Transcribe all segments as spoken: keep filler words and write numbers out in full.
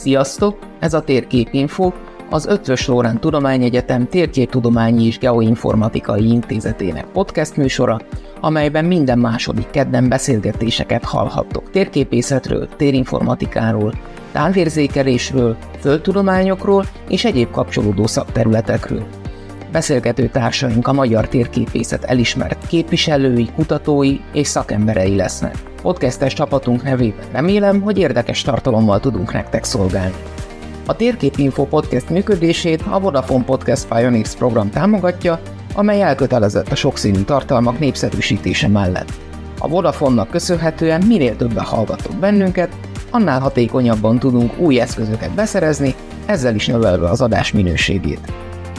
Sziasztok! Ez a Térképinfo, az Eötvös Loránd Tudományegyetem Térképtudományi és Geoinformatikai Intézetének podcast műsora, amelyben minden második kedden beszélgetéseket hallhattok térképészetről, térinformatikáról, távérzékelésről, földtudományokról és egyéb kapcsolódó szakterületekről. Beszélgető társaink a magyar térképészet elismert képviselői, kutatói és szakemberei lesznek. Podcastes csapatunk nevében remélem, hogy érdekes tartalommal tudunk nektek szolgálni. A Térképinfo podcast működését a Vodafone Podcast Pioneers program támogatja, amely elkötelezett a sokszínű tartalmak népszerűsítése mellett. A Vodafone-nak köszönhetően minél többen hallgattok bennünket, annál hatékonyabban tudunk új eszközöket beszerezni, ezzel is növelve az adás minőségét.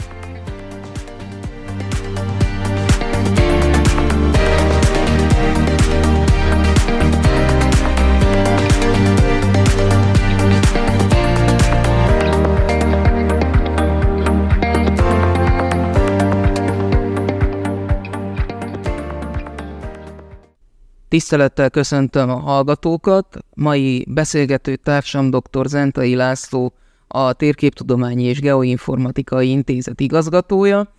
Tisztelettel köszöntöm a hallgatókat, mai beszélgető társam dr. Zentai László, a Térképtudományi és Geoinformatikai Intézet igazgatója,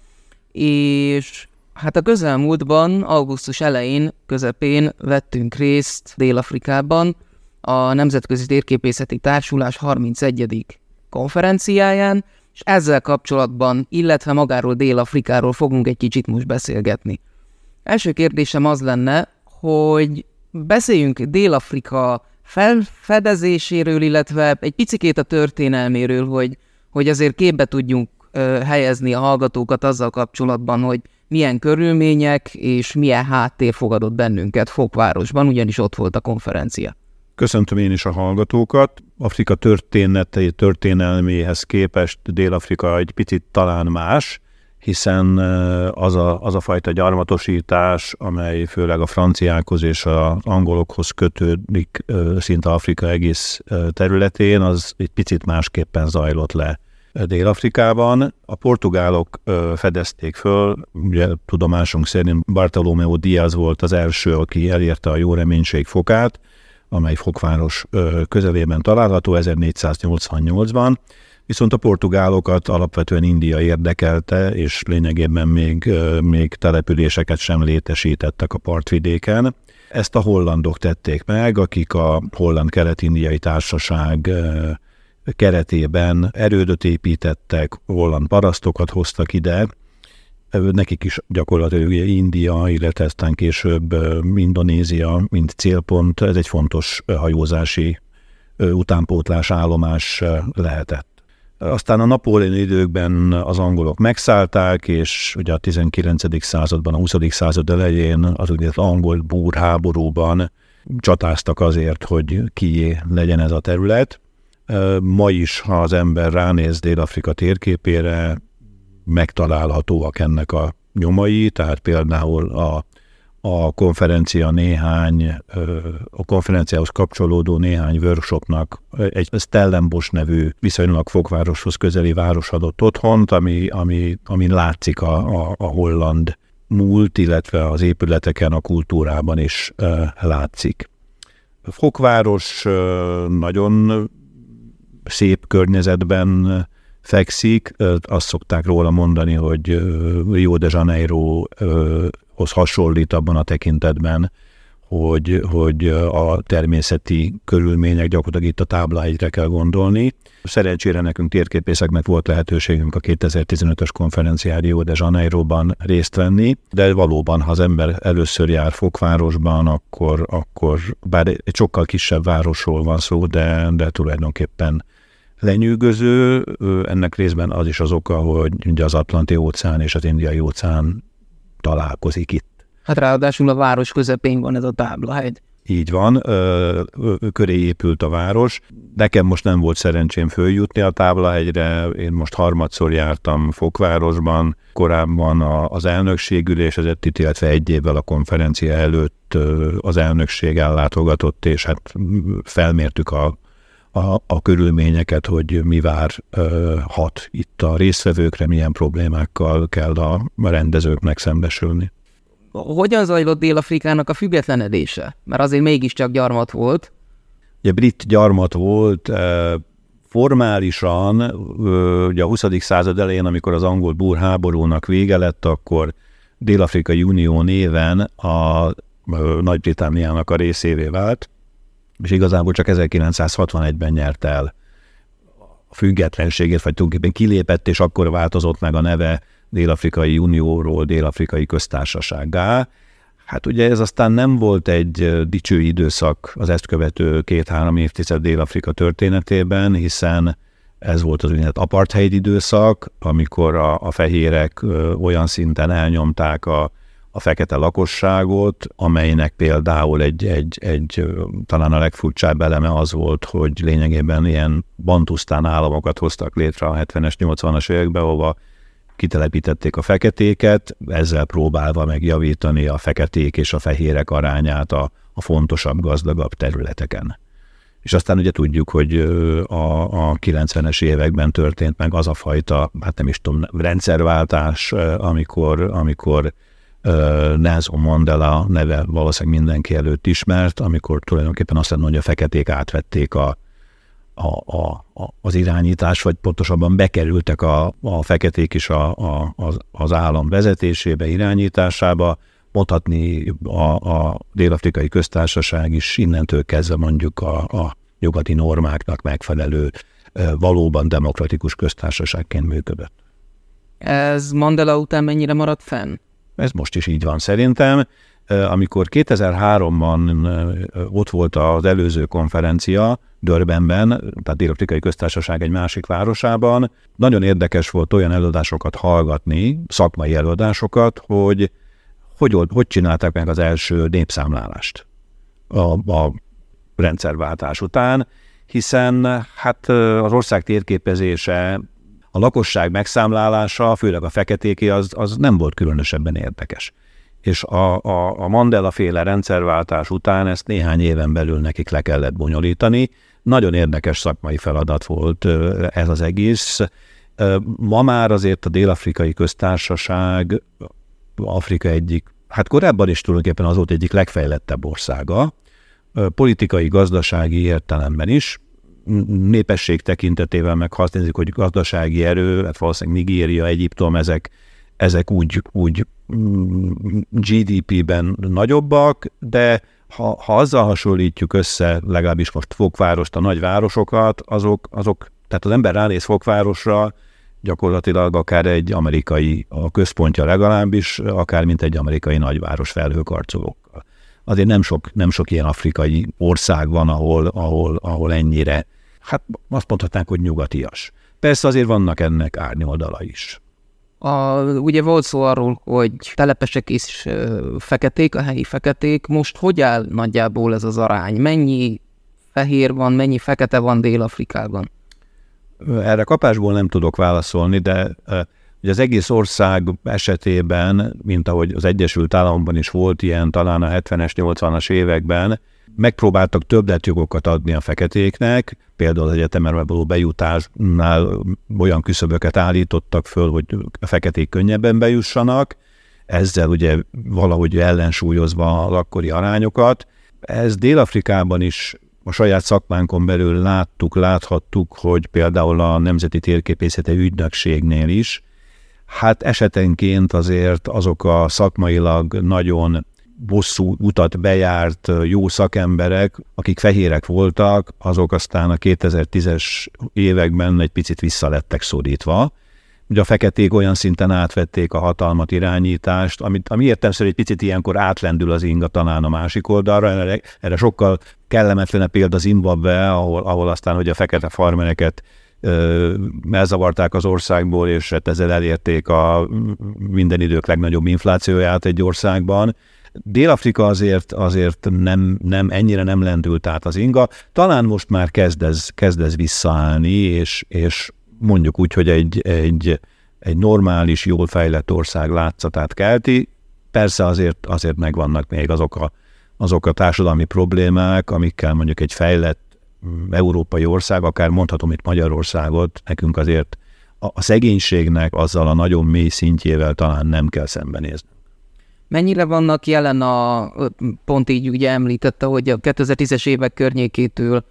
és hát a közelmúltban, augusztus elején, közepén vettünk részt Dél-Afrikában a Nemzetközi Térképészeti Társulás harmincegyedik konferenciáján, és ezzel kapcsolatban, illetve magáról Dél-Afrikáról fogunk egy kicsit most beszélgetni. Első kérdésem az lenne, hogy beszéljünk Dél-Afrika felfedezéséről, illetve egy picikét a történelméről, hogy, hogy azért képbe tudjunk ö, helyezni a hallgatókat azzal kapcsolatban, hogy milyen körülmények és milyen háttér fogadott bennünket Fokvárosban, ugyanis ott volt a konferencia. Köszöntöm én is a hallgatókat. Afrika történetei történelméhez képest Dél-Afrika egy picit talán más, hiszen az a, az a fajta gyarmatosítás, amely főleg a franciákhoz és az angolokhoz kötődik szinte Afrika egész területén, az egy picit másképpen zajlott le Dél-Afrikában. A portugálok fedezték föl, ugye tudomásunk szerint Bartolomeu Diaz volt az első, aki elérte a jó reménység fokát, amely Fokváros közelében található ezernégyszáznyolcvannyolcban. Viszont a portugálokat alapvetően India érdekelte, és lényegében még, még településeket sem létesítettek a partvidéken. Ezt a hollandok tették meg, akik a Holland Kelet-Indiai Társaság keretében erődöt építettek, holland parasztokat hoztak ide. Nekik is gyakorlatilag India, illetve aztán később Indonézia, mint célpont, ez egy fontos hajózási utánpótlás állomás lehetett. Aztán a napóleoni időkben az angolok megszállták, és ugye a tizenkilencedik században, a huszadik század elején az úgynevezett angol búr háborúban csatáztak azért, hogy kié legyen ez a terület. Ma is, ha az ember ránéz Dél-Afrika térképére, megtalálhatóak ennek a nyomai, tehát például a A konferencia néhány, a konferenciához kapcsolódó néhány workshopnak egy Stellenbosch nevű viszonylag Fokvároshoz közeli város adott otthont, ami, ami, ami látszik a, a, a holland múlt, illetve az épületeken, a kultúrában is látszik. Fokváros nagyon szép környezetben fekszik, azt szokták róla mondani, hogy Rio de Janeiro hoz hasonlít abban a tekintetben, hogy, hogy a természeti körülmények, gyakorlatilag itt a táblahegyre kell gondolni. Szerencsére nekünk térképészeknek volt lehetőségünk a kétezer-tizenötös konferencián Rio de Janeiroban részt venni, de valóban, ha az ember először jár Fokvárosban, akkor, akkor bár egy sokkal kisebb városról van szó, de, de tulajdonképpen lenyűgöző. Ennek részben az is az oka, hogy ugye az Atlanti-óceán és az Indiai-óceán találkozik itt. Hát ráadásul a város közepén van ez a táblahegy. Így van, ö, ö, köré épült a város. Nekem most nem volt szerencsém följutni a táblahegyre, én most harmadszor jártam Fokvárosban, korábban az elnökségülés, illetve egy évvel a konferencia előtt az elnökség ellátogatott, és hát felmértük a A, a körülményeket, hogy mi vár ö, hat itt a résztvevőkre, milyen problémákkal kell a rendezőknek szembesülni. Hogyan zajlott Dél-Afrikának a függetlenedése? Mert azért mégiscsak gyarmat volt. Ugye brit gyarmat volt, formálisan ugye a huszadik század elején, amikor az angol-búr háborúnak vége lett, akkor Dél-Afrikai Unió néven a Nagy-Britanniának a részévé vált, és igazából csak ezerkilencszázhatvanegyben nyert el a függetlenségét, vagy tulajdonképpen kilépett, és akkor változott meg a neve Dél-Afrikai Unióról Dél-Afrikai Köztársasággá. Hát ugye ez aztán nem volt egy dicső időszak az ezt követő két-három évtized Dél-Afrika történetében, hiszen ez volt az úgynevezett apartheid időszak, amikor a, a fehérek ö, olyan szinten elnyomták a, a fekete lakosságot, amelynek például egy, egy, egy talán a legfurcsább eleme az volt, hogy lényegében ilyen bantusztán államokat hoztak létre a hetvenes, nyolcvanas években, ahova kitelepítették a feketéket, ezzel próbálva megjavítani a feketék és a fehérek arányát a, a fontosabb, gazdagabb területeken. És aztán ugye tudjuk, hogy a, a kilencvenes években történt meg az a fajta, hát nem is tudom, rendszerváltás, amikor, amikor Nelson Mandela neve valószínűleg mindenki előtt ismert, amikor tulajdonképpen azt mondja, hogy a feketék átvették a A, a, a, az irányítás, vagy pontosabban bekerültek a, a feketék is a, a, az, az állam vezetésébe, irányításába. Mondhatni a, a Dél-Afrikai Köztársaság is innentől kezdve mondjuk a, a nyugati normáknak megfelelő, valóban demokratikus köztársaságként működött. Ez Mandela után mennyire maradt fenn? Ez most is így van szerintem. Amikor kétezer-háromban ott volt az előző konferencia Durbanben, tehát Dél-Afrikai Köztársaság egy másik városában, nagyon érdekes volt olyan előadásokat hallgatni, szakmai előadásokat, hogy hogy, hogy csinálták meg az első népszámlálást a, a rendszerváltás után, hiszen hát az ország térképezése, a lakosság megszámlálása, főleg a feketéké, az, az nem volt különösebben érdekes. És a, a, a Mandela-féle rendszerváltás után ezt néhány éven belül nekik le kellett bonyolítani. Nagyon érdekes szakmai feladat volt ez az egész. Ma már azért a Dél-Afrikai Köztársaság Afrika egyik, hát korábban is tulajdonképpen az volt egyik legfejlettebb országa, politikai, gazdasági értelemben is, népesség tekintetében meg ha azt nézzük, hogy gazdasági erő, hát valószínűleg Nigéria, Egyiptom, ezek, ezek úgy, úgy gé dé pé-ben nagyobbak, de ha, ha azzal hasonlítjuk össze, legalábbis most Fokvárost, a nagyvárosokat, azok, azok, tehát az ember ránéz Fokvárosra, gyakorlatilag akár egy amerikai, a központja legalábbis, akár mint egy amerikai nagyváros felhőkarcolókkal. Azért nem sok, nem sok ilyen afrikai ország van, ahol, ahol, ahol ennyire, hát azt mondhatnánk, hogy nyugatias. Persze azért vannak ennek árnyoldala is. A, ugye volt szó arról, hogy telepesek is feketék, a helyi feketék. Most hogy áll nagyjából ez az arány? Mennyi fehér van, mennyi fekete van Dél-Afrikában? Erre kapásból nem tudok válaszolni, de ugye az egész ország esetében, mint ahogy az Egyesült Államokban is volt ilyen, talán a hetvenes, nyolcvanas években, megpróbáltak többletjogokat adni a feketéknek, például az egyetemre való bejutásnál olyan küszöböket állítottak föl, hogy a feketék könnyebben bejussanak, ezzel ugye valahogy ellensúlyozva az akkori arányokat. Ez Dél-Afrikában is a saját szakmánkon belül láttuk, láthattuk, hogy például a Nemzeti Térképészeti Ügynökségnél is, hát esetenként azért azok a szakmailag nagyon bosszú utat bejárt jó szakemberek, akik fehérek voltak, azok aztán a kétezer-tízes években egy picit visszalettek szorítva. Ugye a feketék olyan szinten átvették a hatalmat, irányítást, amit, ami értelemszerűen egy picit ilyenkor átlendül az inga talán a másik oldalra. Erre, erre sokkal kellemetlenebb példa Zimbabwe, ahol, ahol aztán hogy a fekete farmereket ö, elzavarták az országból, és ezzel elérték a minden idők legnagyobb inflációját egy országban. Dél-Afrika azért, azért nem, nem, ennyire nem lendült át az inga. Talán most már kezd ez, kezd ez visszaállni, és, és mondjuk úgy, hogy egy, egy, egy normális, jól fejlett ország látszatát kelti. Persze azért, azért megvannak még azok a, azok a társadalmi problémák, amikkel mondjuk egy fejlett európai ország, akár mondhatom itt Magyarországot, nekünk azért a, a szegénységnek azzal a nagyon mély szintjével talán nem kell szembenézni. Mennyire vannak jelen a, pont így ugye említette, hogy a kétezer-tízes évek környékétől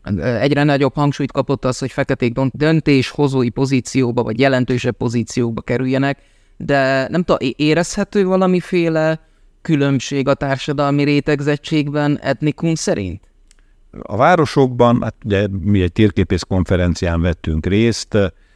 Egyre nagyobb hangsúlyt kapott az, hogy feketék döntéshozói pozícióba, vagy jelentősebb pozícióba kerüljenek, de nem tudom, érezhető valamiféle különbség a társadalmi rétegzettségben etnikum szerint? A városokban, hát ugye mi egy térképész konferencián vettünk részt,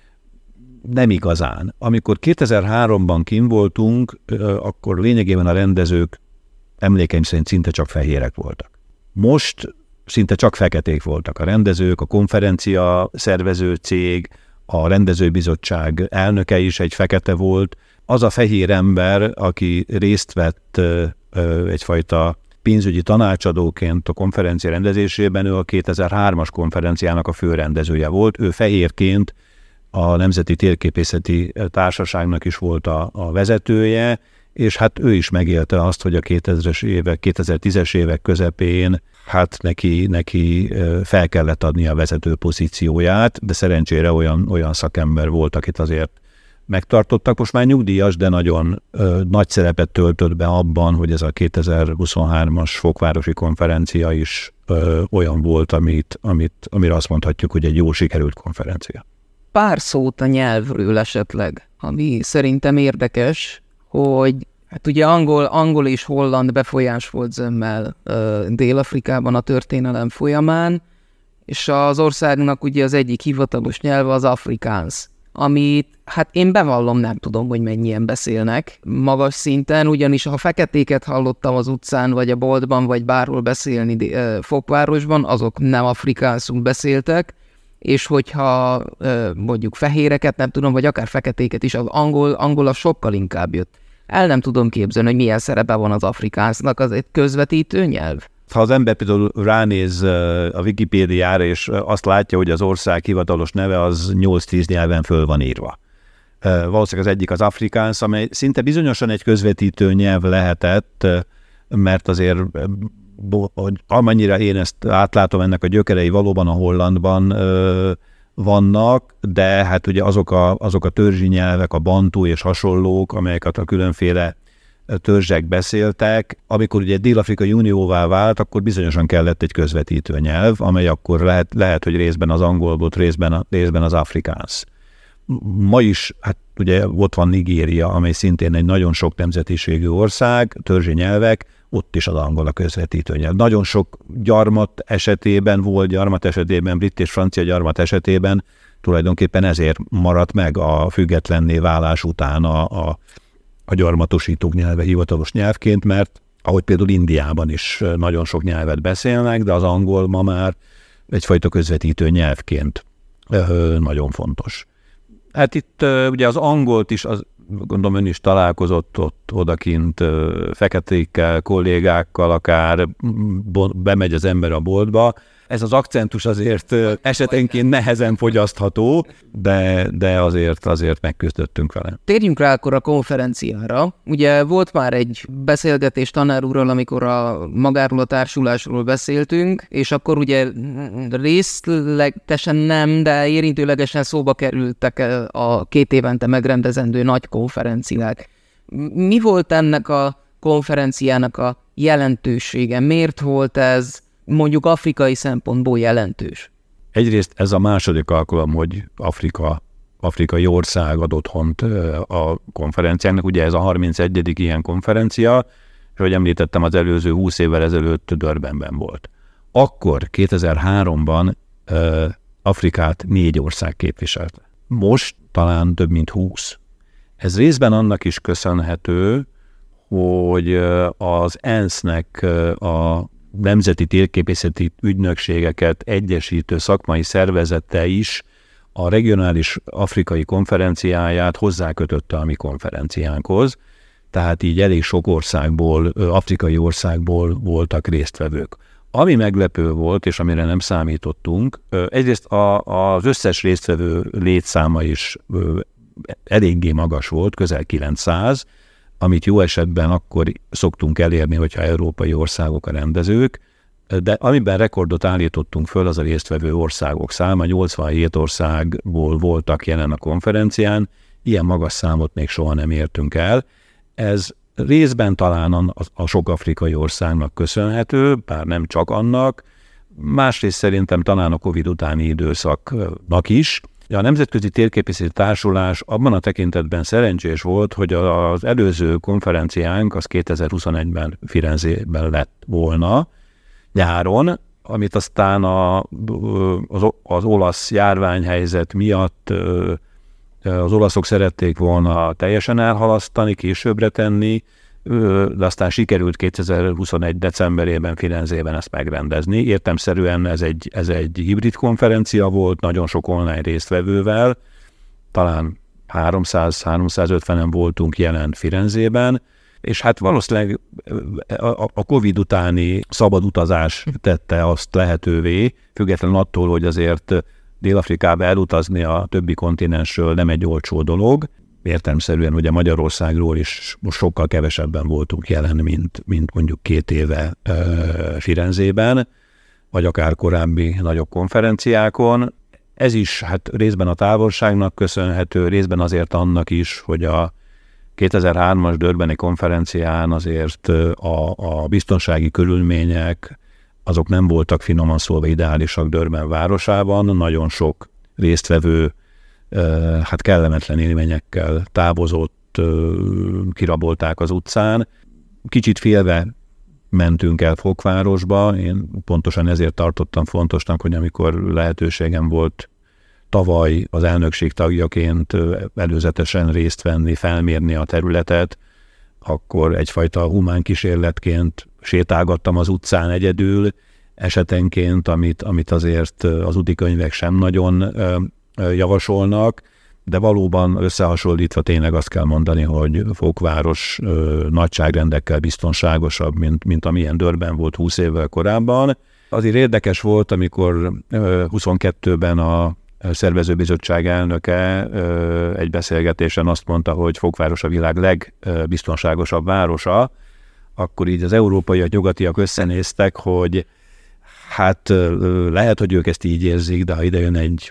nem igazán. Amikor kétezer-háromban kint voltunk, akkor lényegében a rendezők emlékeim szerint szinte csak fehérek voltak. Most szinte csak feketék voltak a rendezők, a konferencia szervező cég, a rendezőbizottság elnöke is egy fekete volt. Az a fehér ember, aki részt vett egyfajta pénzügyi tanácsadóként a konferencia rendezésében, ő a kétezer-hármas konferenciának a főrendezője volt. Ő fehérként a Nemzeti Térképészeti Társaságnak is volt a, a vezetője, és hát ő is megélte azt, hogy a kétezres évek, kétezer-tízes évek közepén hát neki, neki fel kellett adni a vezető pozícióját, de szerencsére olyan, olyan szakember volt, akit azért megtartottak. Most már nyugdíjas, de nagyon ö, nagy szerepet töltött be abban, hogy ez a kétezer-huszonhármas Fokvárosi konferencia is ö, olyan volt, amit, amit, amire azt mondhatjuk, hogy egy jól sikerült konferencia. Pár szót a nyelvről esetleg, ami szerintem érdekes, hogy hát ugye angol, angol és holland befolyás volt zömmel ö, Dél-Afrikában a történelem folyamán, és az országnak ugye az egyik hivatalos nyelve az afrikáns, amit hát én bevallom, nem tudom, hogy mennyien beszélnek magas szinten, ugyanis ha feketéket hallottam az utcán, vagy a boltban, vagy bárhol beszélni ö, Fokvárosban, azok nem afrikánszul beszéltek, és hogyha ö, mondjuk fehéreket, nem tudom, vagy akár feketéket is, az angol, angol az sokkal inkább jött. El nem tudom képzelni, hogy milyen szerepe van az afrikánsznak, az egy közvetítő nyelv. Ha az ember például ránéz a Wikipédiára, és azt látja, hogy az ország hivatalos neve az nyolc-tíz nyelven föl van írva. Valószínűleg az egyik az afrikánsz, amely szinte bizonyosan egy közvetítő nyelv lehetett, mert azért amennyire én ezt átlátom, ennek a gyökerei valóban a hollandban vannak, de hát ugye azok a, azok a törzsi nyelvek, a bantu és hasonlók, amelyeket a különféle törzsek beszéltek, amikor ugye Dél-Afrikai Unióvá vált, akkor bizonyosan kellett egy közvetítő nyelv, amely akkor lehet, lehet hogy részben az angol volt, részben, a, részben az afrikánsz. Ma is, hát ugye ott van Nigéria, amely szintén egy nagyon sok nemzetiségű ország, törzsi nyelvek, ott is az angol a közvetítő nyelv. Nagyon sok gyarmat esetében, volt gyarmat esetében, brit és francia gyarmat esetében tulajdonképpen ezért maradt meg a függetlenné válás után a, a, a gyarmatosítók nyelve hivatalos nyelvként, mert ahogy például Indiában is nagyon sok nyelvet beszélnek, de az angol ma már egyfajta közvetítő nyelvként nagyon fontos. Hát itt ugye az angolt is, az, gondolom ön is találkozott ott odakint feketékkel, kollégákkal, akár bemegy az ember a boltba. Ez az akcentus azért esetenként nehezen fogyasztható, de, de azért, azért megküzdöttünk vele. Térjünk rá akkor a konferenciára. Ugye volt már egy beszélgetés tanár úrral, amikor a magáról a társulásról beszéltünk, és akkor ugye részletesen nem, de érintőlegesen szóba kerültek a két évente megrendezendő nagy konferenciák. Mi volt ennek a konferenciának a jelentősége? Miért volt ez mondjuk afrikai szempontból jelentős? Egyrészt ez a második alkalom, hogy Afrika, afrikai ország ad otthont a konferenciának. Ugye ez a harmincegyedik ilyen konferencia, és ahogy említettem, az előző húsz évvel ezelőtt Durbanben volt. Akkor kétezer-háromban uh, Afrikát négy ország képviselte. Most talán több mint húsz. Ez részben annak is köszönhető, hogy az ENSZ-nek a nemzeti térképészeti ügynökségeket egyesítő szakmai szervezete is a regionális afrikai konferenciáját hozzákötötte a mi konferenciánkhoz, tehát így elég sok országból, afrikai országból voltak résztvevők. Ami meglepő volt, és amire nem számítottunk, egyrészt a, az összes résztvevő létszáma is eléggé magas volt, közel kilencszáz, amit jó esetben akkor szoktunk elérni, hogyha európai országok a rendezők, de amiben rekordot állítottunk föl, az a résztvevő országok száma, nyolcvanhét országból voltak jelen a konferencián, ilyen magas számot még soha nem értünk el. Ez részben talán a, a sok afrikai országnak köszönhető, bár nem csak annak, másrészt szerintem talán a Covid utáni időszaknak is. A Nemzetközi Térképészeti Társulás abban a tekintetben szerencsés volt, hogy az előző konferenciánk az kétezer-huszonegyben Firenzében lett volna, nyáron, amit aztán a, az, az olasz járványhelyzet miatt az olaszok szerették volna teljesen elhalasztani, későbbre tenni, de aztán sikerült kétezer-huszonegy decemberében Firenzében ezt megrendezni. Értelemszerűen ez egy, ez egy hibrid konferencia volt, nagyon sok online résztvevővel, talán háromszáz-háromszázötvenen voltunk jelen Firenzében, és hát valószínűleg a Covid utáni szabad utazás tette azt lehetővé, függetlenül attól, hogy azért Dél-Afrikába elutazni a többi kontinensről nem egy olcsó dolog. Értelemszerűen ugye Magyarországról is most sokkal kevesebben voltunk jelen, mint, mint mondjuk két éve e, Firenzében, vagy akár korábbi nagyobb konferenciákon. Ez is hát részben a távolságnak köszönhető, részben azért annak is, hogy a kétezer-hármas Durbani konferencián azért a, a biztonsági körülmények azok nem voltak finoman szólva ideálisak Durban városában, nagyon sok résztvevő hát kellemetlen élményekkel távozott, kirabolták az utcán. Kicsit félve mentünk el Fokvárosba, én pontosan ezért tartottam fontosnak, hogy amikor lehetőségem volt tavaly az elnökség tagjaként előzetesen részt venni, felmérni a területet, akkor egyfajta humán kísérletként sétálgattam az utcán egyedül, esetenként, amit, amit azért az útikönyvek sem nagyon javasolnak, de valóban összehasonlítva tényleg azt kell mondani, hogy Fokváros ö, nagyságrendekkel biztonságosabb, mint, mint amilyen Durban volt húsz évvel korábban. Azért érdekes volt, amikor ö, huszonkettőben a szervezőbizottság elnöke ö, egy beszélgetésen azt mondta, hogy Fokváros a világ legbiztonságosabb városa, akkor így az európaiak, nyugatiak összenéztek, hogy hát ö, lehet, hogy ők ezt így érzik, de ha idejön egy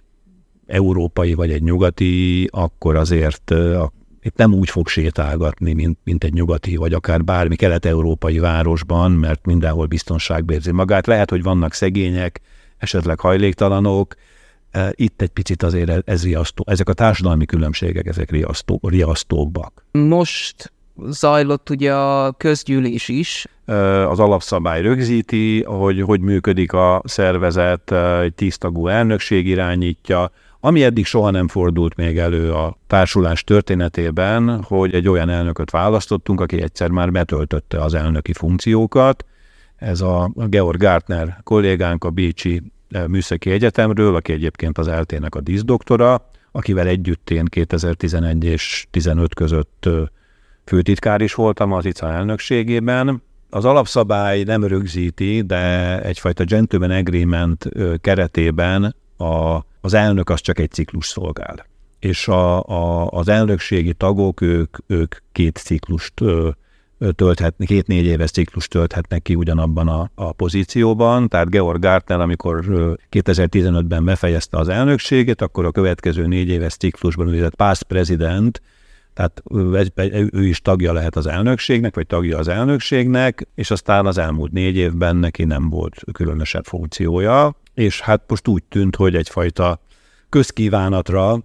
európai vagy egy nyugati, akkor azért uh, itt nem úgy fog sétálgatni, mint, mint egy nyugati, vagy akár bármi kelet-európai városban, mert mindenhol biztonságban érzi magát. Lehet, hogy vannak szegények, esetleg hajléktalanok, uh, itt egy picit azért ez riasztó. Ezek a társadalmi különbségek, ezek riasztó, riasztóbbak. Most zajlott ugye a közgyűlés is. Uh, az alapszabály rögzíti, hogy hogy működik a szervezet, uh, egy tíztagú elnökség irányítja, ami eddig soha nem fordult még elő a társulás történetében, hogy egy olyan elnököt választottunk, aki egyszer már betöltötte az elnöki funkciókat. Ez a Georg Gartner kollégánk a Bécsi Műszaki Egyetemről, aki egyébként az é té-nek a díszdoktora, akivel együtt én kétezer-tizenegy és tizenöt között főtitkár is voltam az i cé á elnökségében. Az alapszabály nem rögzíti, de egyfajta gentleman agreement keretében a az elnök az csak egy ciklus szolgál. És a, a, az elnökségi tagok, ők, ők két ciklust ö, tölthetnek, két négy éves ciklust tölthetnek ki ugyanabban a, a pozícióban. Tehát Georg Gartner, amikor ö, kétezer-tizenötben befejezte az elnökséget, akkor a következő négy éves ciklusban úgynevezett past president, tehát ő, ő is tagja lehet az elnökségnek, vagy tagja az elnökségnek, és aztán az elmúlt négy évben neki nem volt különösebb funkciója, és hát most úgy tűnt, hogy egyfajta közkívánatra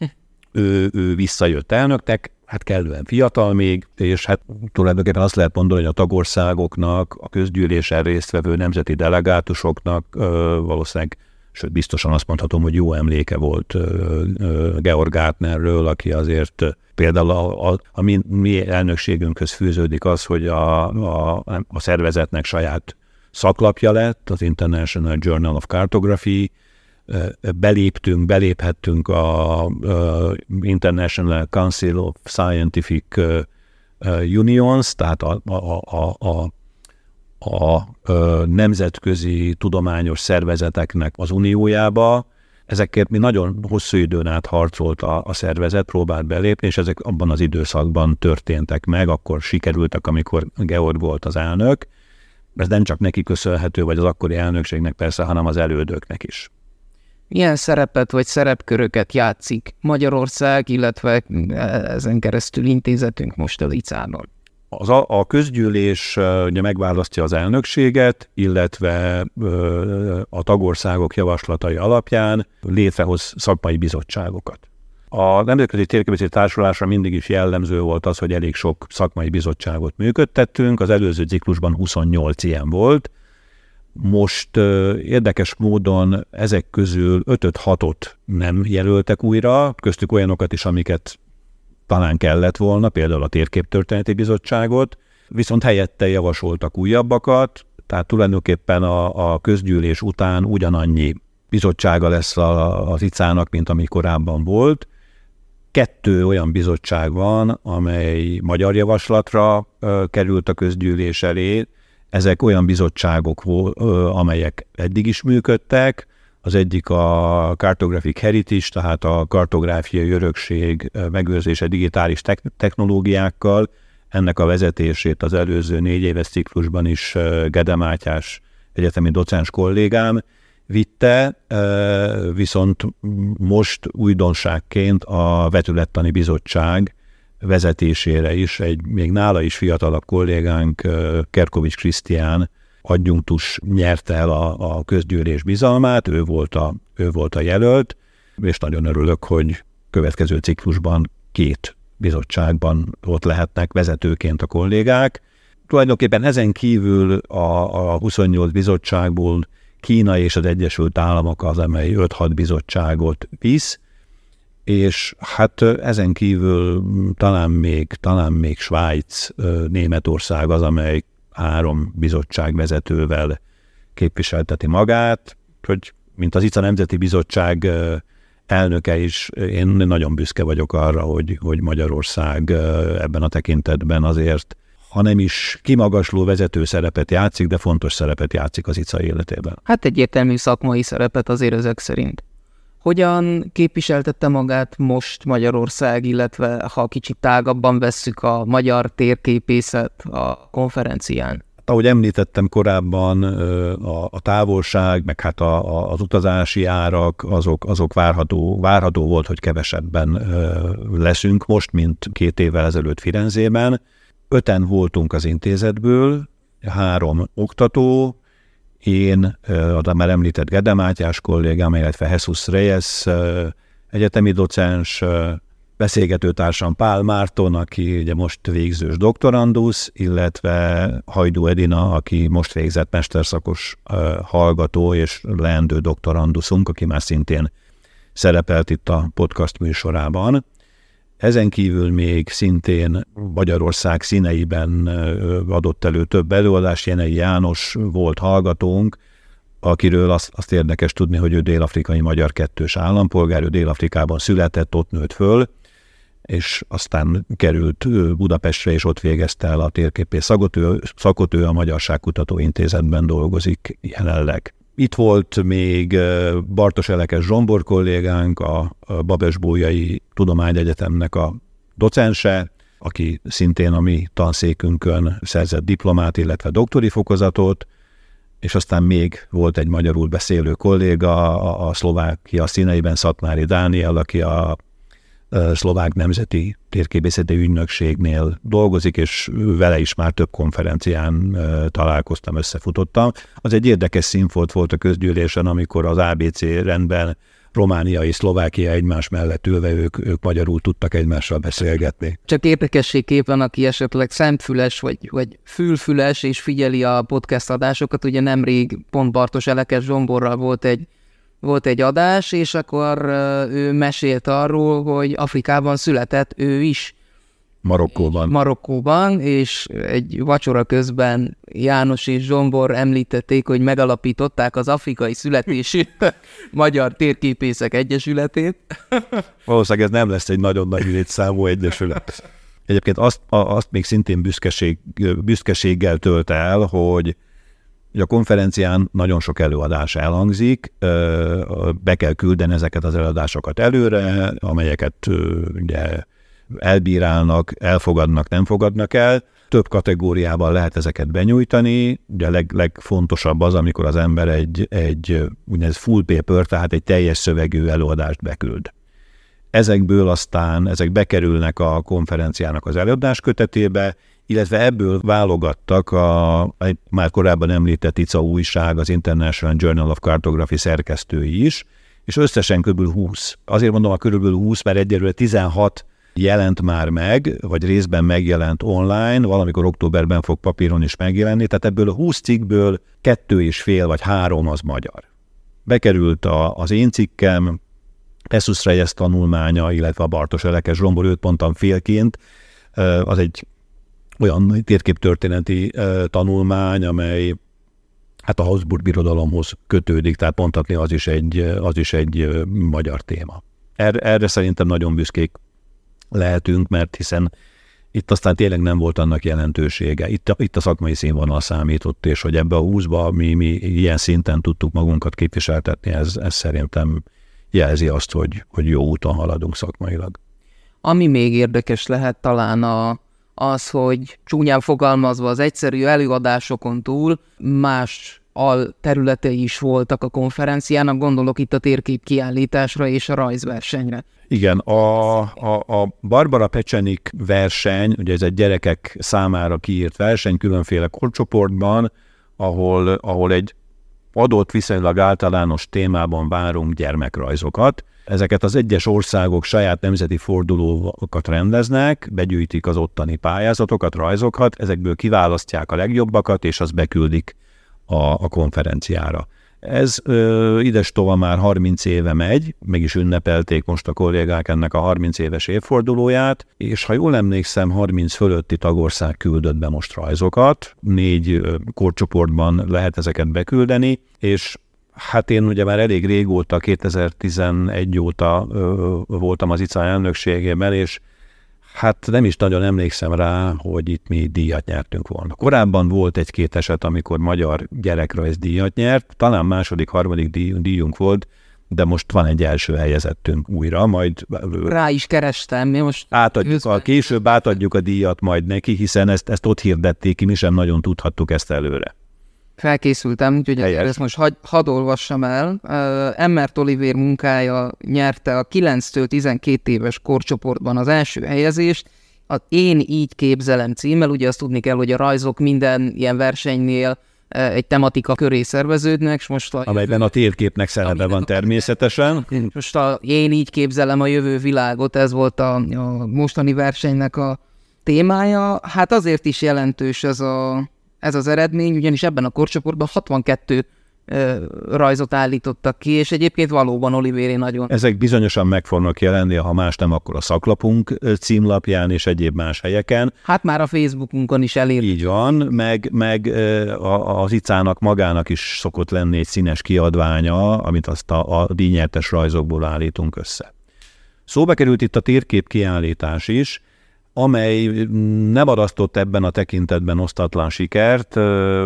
ő, ő visszajött elnöknek, hát kellően fiatal még, és hát tulajdonképpen azt lehet mondani, hogy a tagországoknak, a közgyűlésen résztvevő nemzeti delegátusoknak ö, valószínűleg, sőt biztosan azt mondhatom, hogy jó emléke volt ö, ö, Georg Gartnerről, aki azért például a, a, a mi, mi elnökségünkhöz fűződik az, hogy a, a, a szervezetnek saját szaklapja lett, az International Journal of Cartography, beléptünk, beléphettünk a International Council of Scientific Unions, tehát a, a, a, a, a, a nemzetközi tudományos szervezeteknek az uniójába. Ezekért mi nagyon hosszú időn át harcolt a, a szervezet, próbált belépni, és ezek abban az időszakban történtek meg, akkor sikerültek, amikor Georg volt az elnök. Ez nem csak neki köszönhető, vagy az akkori elnökségnek persze, hanem az elődöknek is. Milyen szerepet vagy szerepköröket játszik Magyarország, illetve ezen keresztül intézetünk most az i cé á-nál? Az a, a közgyűlés ugye megválasztja az elnökséget, illetve a tagországok javaslatai alapján létrehoz szakmai bizottságokat. A Nemzetközi Térképészeti Társulásra mindig is jellemző volt az, hogy elég sok szakmai bizottságot működtettünk, az előző ciklusban huszonnyolc ilyen volt. Most érdekes módon ezek közül ötöt-hatot nem jelöltek újra, köztük olyanokat is, amiket talán kellett volna, például a Térképtörténeti Bizottságot, viszont helyette javasoltak újabbakat, tehát tulajdonképpen a, a közgyűlés után ugyanannyi bizottsága lesz a, az i cé á-nak, mint ami korábban volt. Kettő olyan bizottság van, amely magyar javaslatra ö, került a közgyűlés elé. Ezek olyan bizottságok, ö, amelyek eddig is működtek. Az egyik a Cartographic Heritage, tehát a kartográfiai örökség megőrzése digitális technológiákkal. Ennek a vezetését az előző négy éves ciklusban is Gede Mátyás egyetemi docens kollégám vitte, viszont most újdonságként a Vetülettani Bizottság vezetésére is egy még nála is fiatalabb kollégánk, Kerkovics Krisztián adjunktus nyerte el a, a közgyűlés bizalmát, ő volt, a, ő volt a jelölt, és nagyon örülök, hogy következő ciklusban két bizottságban ott lehetnek vezetőként a kollégák. Tulajdonképpen ezen kívül a, a huszonnyolc bizottságból Kína és az Egyesült Államok az, amely öt-hat bizottságot visz, és hát ezen kívül talán még, talán még Svájc, Németország az, amely három bizottság vezetővel képviselteti magát, hogy mint az i cé á Nemzeti Bizottság elnöke is, én nagyon büszke vagyok arra, hogy, hogy Magyarország ebben a tekintetben azért, ha nem is kimagasló vezető szerepet játszik, de fontos szerepet játszik az i cé á életében. Hát egyértelmű szakmai szerepet azért ezek szerint. Hogyan képviseltette magát most Magyarország, illetve ha kicsit tágabban vesszük a magyar térképészet a konferencián? Ahogy említettem korábban, a, a távolság, meg hát a, a, az utazási árak, azok, azok várható, várható volt, hogy kevesebben leszünk most, mint két évvel ezelőtt Firenzében. Öten voltunk az intézetből, három oktató, én, a már említett Gede Mátyás kollégám, illetve Jesus Reyes egyetemi docens, beszélgetőtársam Pál Márton, aki ugye most végzős doktorandusz, illetve Hajdú Edina, aki most végzett mesterszakos hallgató és leendő doktoranduszunk, aki már szintén szerepelt itt a podcast műsorában. Ezen kívül még szintén Magyarország színeiben adott elő több előadás. Jenei János volt hallgatónk, akiről azt, azt érdekes tudni, hogy ő dél-afrikai magyar kettős állampolgár, ő Dél-Afrikában született, ott nőtt föl, és aztán került Budapestre, és ott végezte el a térképész szakot. Ő, szakot, ő a Magyarságkutató Intézetben dolgozik jelenleg. Itt volt még Bartos Elekes Zsombor kollégánk, a Babes-Bolyai Tudományegyetemnek a docense, aki szintén a mi tanszékünkön szerzett diplomát, illetve doktori fokozatot, és aztán még volt egy magyarul beszélő kolléga, a, a Szlovákia színeiben Szatmári Dániel, aki a Szlovák Nemzeti Térképészeti Ügynökségnél dolgozik, és vele is már több konferencián találkoztam, összefutottam. Az egy érdekes színfolt volt a közgyűlésen, amikor az á bé cé rendben Románia és Szlovákia egymás mellett ülve ők, ők magyarul tudtak egymással beszélgetni. Csak érdekességképpen, aki esetleg szemfüles vagy, vagy fülfüles és figyeli a podcast adásokat, ugye nemrég pont Bartos Elekes Zsomborral volt egy Volt egy adás, és akkor ő mesélt arról, hogy Afrikában született ő is. Marokkóban. Marokkóban, és egy vacsora közben János és Zsombor említették, hogy megalapították az afrikai születésű Magyar Térképészek Egyesületét. Valószínűleg ez nem lesz egy nagyon nagy létszámú egyesület. Egyébként azt, azt még szintén büszkeség, büszkeséggel tölt el, hogy a konferencián nagyon sok előadás elhangzik, be kell küldeni ezeket az előadásokat előre, amelyeket ugye elbírálnak, elfogadnak, nem fogadnak el. Több kategóriában lehet ezeket benyújtani, ugye a leg, legfontosabb az, amikor az ember egy, egy úgynevezett full paper, tehát egy teljes szövegű előadást beküld. Ezekből aztán, ezek bekerülnek a konferenciának az előadás kötetébe, illetve ebből válogattak a már korábban említett i cé á újság, az International Journal of Cartography szerkesztői is, és összesen kb. húsz. Azért mondom a kb. húsz, mert egyelőre tizenhat jelent már meg, vagy részben megjelent online, valamikor októberben fog papíron is megjelenni, tehát ebből a húsz cikkből kettő és fél vagy három az magyar. Bekerült a, az én cikkem, Pessus Reyes tanulmánya, illetve a Bartos Elekes Zsombor, őt mondtam félként, az egy olyan térképtörténeti tanulmány, amely hát a Habsburg Birodalomhoz kötődik, tehát mondhatni az is egy, az is egy magyar téma. Erre, erre szerintem nagyon büszkék lehetünk, mert hiszen itt aztán tényleg nem volt annak jelentősége. Itt a, itt a szakmai színvonal számított, és hogy ebbe a húszba mi, mi ilyen szinten tudtuk magunkat képviseltetni, ez, ez szerintem jelzi azt, hogy, hogy jó úton haladunk szakmailag. Ami még érdekes lehet talán a, az, hogy csúnyán fogalmazva az egyszerű előadásokon túl más al területei is voltak a konferenciának, gondolok itt a térkép kiállításra és a rajzversenyre. Igen, a, a, a Barbara Pecsenik verseny, ugye ez egy gyerekek számára kiírt verseny, különféle korcsoportban, ahol, ahol egy adott viszonylag általános témában várunk gyermekrajzokat. Ezeket az egyes országok saját nemzeti fordulókat rendeznek, begyűjtik az ottani pályázatokat, rajzokat, ezekből kiválasztják a legjobbakat, és azt beküldik a, a konferenciára. Ez ö, idestova már harminc éve megy, meg is ünnepelték most a kollégák ennek a harminc éves évfordulóját, és ha jól emlékszem, harminc fölötti tagország küldött be most rajzokat, négy ö, korcsoportban lehet ezeket beküldeni, és hát én ugye már elég régóta, kétezer-tizenegy óta ö, voltam az i cé á elnökségében, és hát nem is nagyon emlékszem rá, hogy itt mi díjat nyertünk volna. Korábban volt egy-két eset, amikor magyar gyerekrajz díjat nyert, talán második, harmadik díj, díjunk volt, de most van egy első helyezettünk újra, majd... Rá is kerestem, mi most... Átadjuk a, később átadjuk a díjat majd neki, hiszen ezt, ezt ott hirdették ki, mi sem nagyon tudhattuk ezt előre. Felkészültem, úgyhogy Helyes. ezt most hadd had olvassam el. Uh, Emmert Olivér munkája nyerte a kilenctől tizenkét éves korcsoportban az első helyezést. Az Én így képzelem címmel, ugye azt tudni kell, hogy a rajzok minden ilyen versenynél uh, egy tematika köré szerveződnek. És most a amelyben jövő... a térképnek szerepe van természetesen. Most a Én így képzelem a jövő világot, ez volt a, a mostani versenynek a témája. Hát azért is jelentős ez a Ez az eredmény, ugyanis ebben a korcsoportban hatvankettő ö, rajzot állítottak ki, és egyébként valóban Olivéri nagyon... Ezek bizonyosan meg fognak jelenni, ha más nem, akkor a szaklapunk címlapján és egyéb más helyeken. Hát már a Facebookunkon is elér. Így van, meg, meg az i cé á-nak magának is szokott lenni egy színes kiadványa, amit azt a, a díjnyertes rajzokból állítunk össze. Szóba került itt a térkép kiállítás is, amely nem arasztott ebben a tekintetben osztatlan sikert.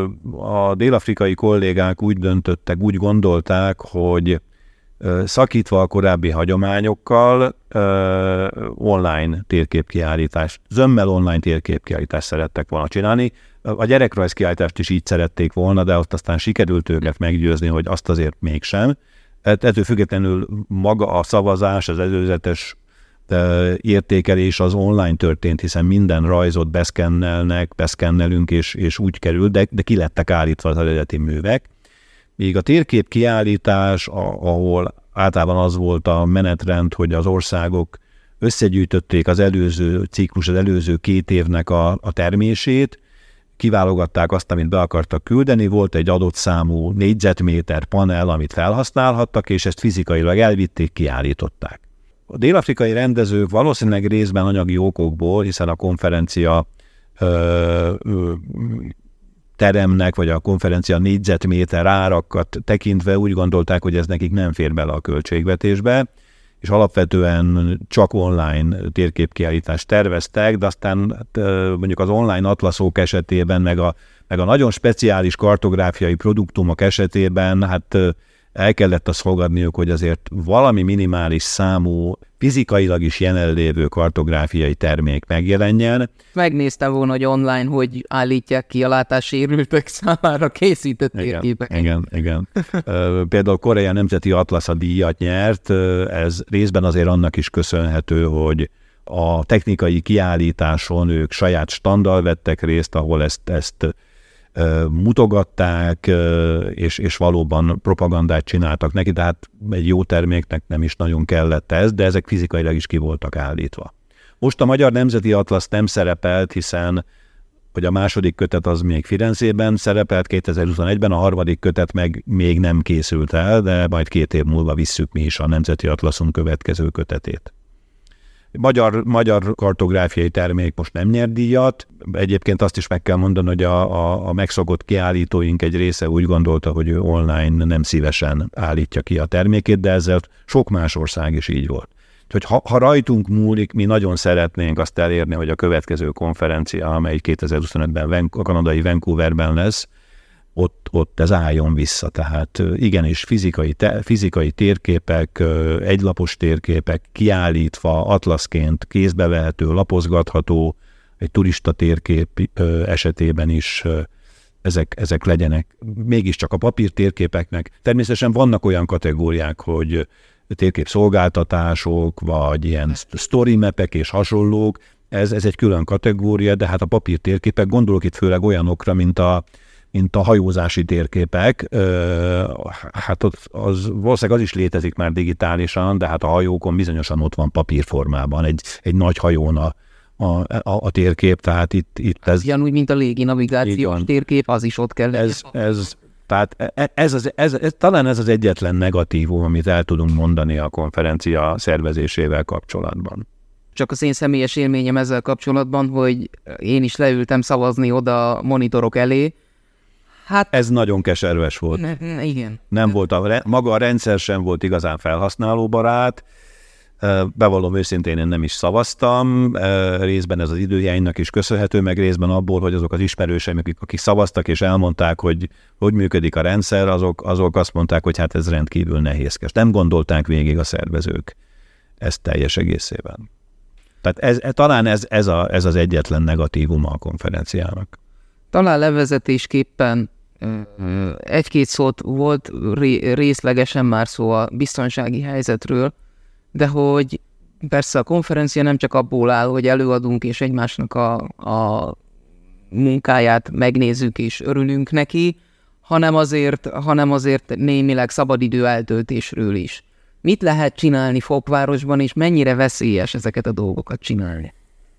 A dél-afrikai kollégák úgy döntöttek, úgy gondolták, hogy szakítva a korábbi hagyományokkal online térképkiállítás, zömmel online térképkiállítást szerettek volna csinálni. A gyerekrajzkiállítást is így szerették volna, de ott aztán sikerült őket meggyőzni, hogy azt azért mégsem. Ettől függetlenül maga a szavazás, az előzetes értékelés az online történt, hiszen minden rajzot beszkennelnek, beszkennelünk, és, és úgy kerül, de, de ki lettek állítva az eredeti művek. Míg a térkép kiállítás, ahol általában az volt a menetrend, hogy az országok összegyűjtötték az előző ciklus, az előző két évnek a, a termését, kiválogatták azt, amit be akartak küldeni, volt egy adott számú négyzetméter panel, amit felhasználhattak, és ezt fizikailag elvitték, kiállították. A dél-afrikai rendezők valószínűleg részben anyagi okokból, hiszen a konferencia ö, ö, teremnek, vagy a konferencia négyzetméter árakat tekintve úgy gondolták, hogy ez nekik nem fér bele a költségvetésbe, és alapvetően csak online térképkiállítást terveztek, de aztán hát, mondjuk az online atlaszok esetében, meg a, meg a nagyon speciális kartográfiai produktumok esetében, hát el kellett azt fogadniuk, hogy azért valami minimális számú, fizikailag is jelenlévő kartográfiai termék megjelenjen. Megnéztem volna, hogy online hogy állítják ki a látássérültek számára készített térképeket. Igen, igen. igen. Például Korea Nemzeti Atlasza díjat nyert, ez részben azért annak is köszönhető, hogy A technikai kiállításon ők saját standal vettek részt, ahol ezt, ezt mutogatták, és, és valóban propagandát csináltak neki, tehát egy jó terméknek nem is nagyon kellett ez, de ezek fizikailag is ki voltak állítva. Most a Magyar Nemzeti Atlasz nem szerepelt, hiszen hogy a második kötet az még Firenzében szerepelt kétezer-huszonegyben, a harmadik kötet meg még nem készült el, de majd két év múlva visszük mi is a Nemzeti Atlaszon következő kötetét. Magyar, magyar kartográfiai termék most nem nyer díjat. Egyébként azt is meg kell mondani, hogy a, a, a megszokott kiállítóink egy része úgy gondolta, hogy ő online nem szívesen állítja ki a termékét, de ezzel sok más ország is így volt. Hogy ha, ha rajtunk múlik, mi nagyon szeretnénk azt elérni, hogy a következő konferencia, amely kétezer-huszonötben a kanadai Vancouverben lesz, ott, ott ez álljon vissza. Tehát igenis fizikai, te, fizikai térképek, egylapos térképek kiállítva, atlaszként kézbevehető, lapozgatható, egy turista térkép esetében is ezek, ezek legyenek. Mégiscsak a papír térképeknek. Természetesen vannak olyan kategóriák, hogy térképszolgáltatások, vagy ilyen story mapek és hasonlók, ez, ez egy külön kategória, de hát a papír térképek, gondolok itt főleg olyanokra, mint a mint a hajózási térképek, hát az, valószínűleg az is létezik már digitálisan, de hát a hajókon bizonyosan ott van papírformában, egy, egy nagy hajón a, a, a térkép, tehát itt, itt ez... Ugyanúgy, mint a légi navigációs térkép, az is ott kell legyen. Ez, ez, tehát ez, az, ez, ez, talán ez az egyetlen negatívum, amit el tudunk mondani a konferencia szervezésével kapcsolatban. Csak az én személyes élményem ezzel kapcsolatban, hogy én is leültem szavazni oda monitorok elé. Hát, ez nagyon keserves volt. Ne, igen. Nem volt a, maga a rendszer sem volt igazán felhasználóbarát. Bevallom őszintén, én nem is szavaztam. Részben ez az időjárásnak is köszönhető, meg részben abból, hogy azok az ismerőseim, akik, akik szavaztak és elmondták, hogy hogy működik a rendszer, azok, azok azt mondták, hogy hát ez rendkívül nehézkes. Nem gondolták végig a szervezők ezt teljes egészében. Tehát ez, talán ez, ez, a, ez az egyetlen negatívuma a konferenciának. Talán levezetésképpen egy-két szót volt részlegesen már szó a biztonsági helyzetről, de hogy persze a konferencia nem csak abból áll, hogy előadunk és egymásnak a, a munkáját megnézzük és örülünk neki, hanem azért, hanem azért némileg szabadidő eltöltésről is. Mit lehet csinálni Fokvárosban, és mennyire veszélyes ezeket a dolgokat csinálni?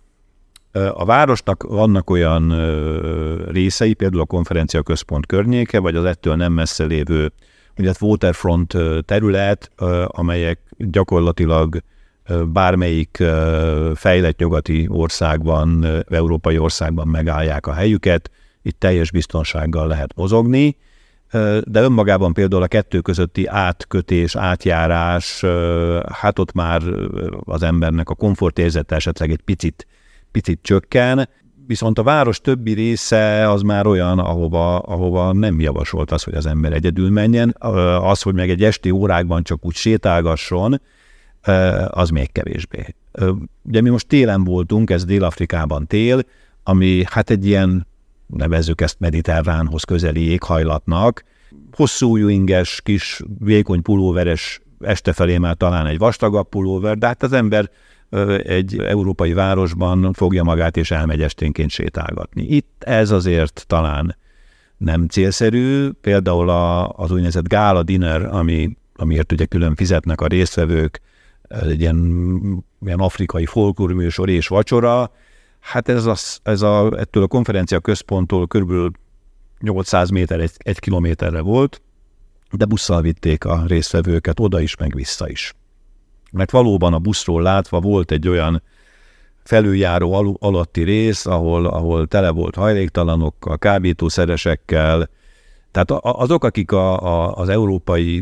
A városnak vannak olyan részei, például a konferencia központ környéke, vagy az ettől nem messze lévő waterfront terület, amelyek gyakorlatilag bármelyik fejlett nyugati országban, európai országban megállják a helyüket, itt teljes biztonsággal lehet mozogni, de önmagában például a kettő közötti átkötés, átjárás, hát ott már az embernek a komfortérzete esetleg egy picit picit csökken, viszont a város többi része az már olyan, ahova, ahova nem javasolt az, hogy az ember egyedül menjen. Az, hogy meg egy esti órákban csak úgy sétálgasson, az még kevésbé. Ugye mi most télen voltunk, ez Dél-Afrikában tél, ami hát egy ilyen, nevezzük ezt mediterránhoz közeli éghajlatnak, hosszú inges, kis, vékony pulóveres, este felé már talán egy vastagabb pulóver, de hát az ember egy európai városban fogja magát és elmegy esténként sétálgatni. Itt ez azért talán nem célszerű, például a, az úgynevezett gála dinner, ami, amiért ugye külön fizetnek a résztvevők, egy ilyen, ilyen afrikai folklórműsor és vacsora, hát ez, az, ez a, ettől a konferencia központtól körülbelül nyolcszáz méter, egy, egy kilométerre volt, de busszal vitték a résztvevőket oda is, meg vissza is. Mert valóban a buszról látva volt egy olyan felüljáró al- alatti rész, ahol, ahol tele volt hajléktalanokkal, kábítószeresekkel. Tehát azok, akik a, a, az európai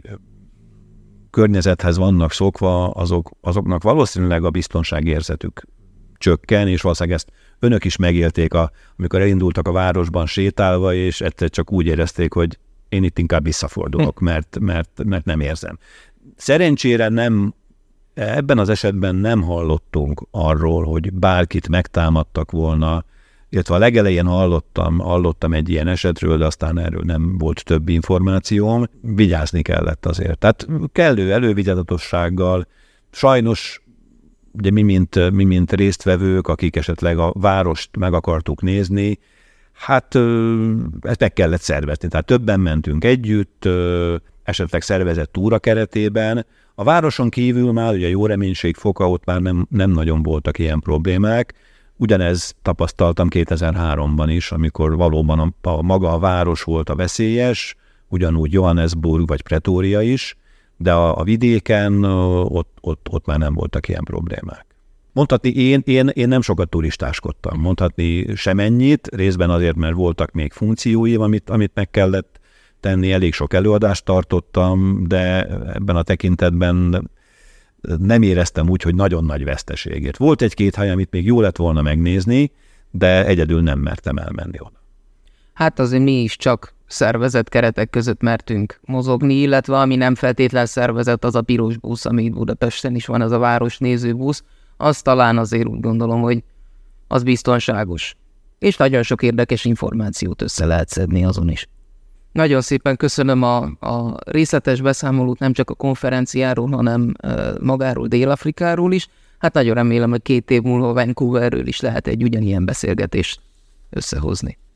környezethez vannak szokva, azok, azoknak valószínűleg a biztonságérzetük csökken, és valószínűleg ezt önök is megélték, a, amikor elindultak a városban sétálva, és egyszer csak úgy érezték, hogy én itt inkább visszafordulok, mert, mert, mert nem érzem. Szerencsére nem, ebben az esetben nem hallottunk arról, hogy bárkit megtámadtak volna, illetve a legelején hallottam, hallottam egy ilyen esetről, de aztán erről nem volt több információm. Vigyázni kellett azért. Tehát kellő elővigyázatossággal, sajnos ugye mi mint, mi, mint résztvevők, akik esetleg a várost meg akartuk nézni, hát ezt meg kellett szervezni. Tehát többen mentünk együtt, esetleg szervezett túra keretében. A városon kívül már ugye a jó reménység foka, ott már nem, nem nagyon voltak ilyen problémák. Ugyanez tapasztaltam kétezer-háromban is, amikor valóban a, a maga a város volt a veszélyes, ugyanúgy Johannesburg vagy Pretória is, de a, a vidéken ott, ott, ott már nem voltak ilyen problémák. Mondhatni, én, én, én nem sokat turistáskodtam, mondhatni semennyit, részben azért, mert voltak még funkcióim, amit, amit meg kellett tenni, elég sok előadást tartottam, de ebben a tekintetben nem éreztem úgy, hogy nagyon nagy veszteségét. Volt egy-két hely, amit még jó lett volna megnézni, de egyedül nem mertem elmenni oda. Hát azért mi is csak szervezett keretek között mertünk mozogni, illetve ami nem feltétlen szervezett, az a piros busz, ami itt Budapesten is van, az a városnéző busz, az talán azért úgy gondolom, hogy az biztonságos. És nagyon sok érdekes információt össze lehet szedni azon is. Nagyon szépen köszönöm a, a részletes beszámolót nem csak a konferenciáról, hanem e, magáról, Dél-Afrikáról is. Hát nagyon remélem, hogy két év múlva Vancouverről is lehet egy ugyanilyen beszélgetést összehozni.